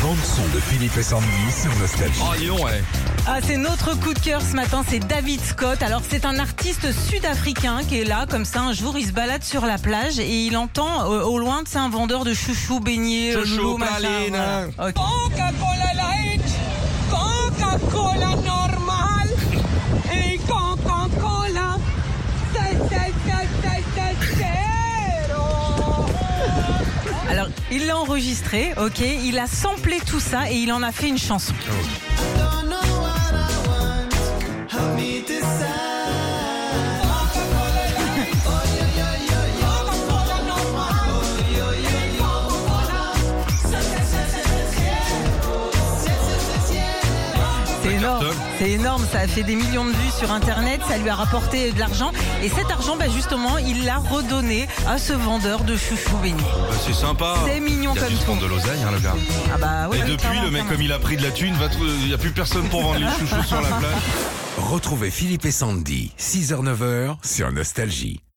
bande-son de Philippe et Sandy sur Nostalgie. Oh, dis donc, ouais. Ah, c'est notre coup de cœur ce matin, c'est David Scott. Alors c'est un artiste sud-africain qui est là, comme ça, un jour il se balade sur la plage et il entend au loin, c'est un vendeur de chouchous, beignets, Chouchou, loulou, machin, praline. voilà. Ok. Coca-Cola Light, Coca-Cola normal et Coca-Cola zero. Alors il l'a enregistré, ok, il a samplé tout ça et il en a fait une chanson. C'est énorme, ça a fait des millions de vues sur internet, ça lui a rapporté de l'argent et cet argent, justement, il l'a redonné à ce vendeur de chouchous beignets. Bah, c'est sympa. C'est mignon comme Il tout. prend de l'oseille, le gars. Ah bah ouais, Et ouais, depuis, clairement, le mec, clairement. comme il a pris de la thune, il n'y a plus personne pour vendre les chouchous sur la plage. Retrouvez Philippe et Sandy, 6h-9h sur Nostalgie.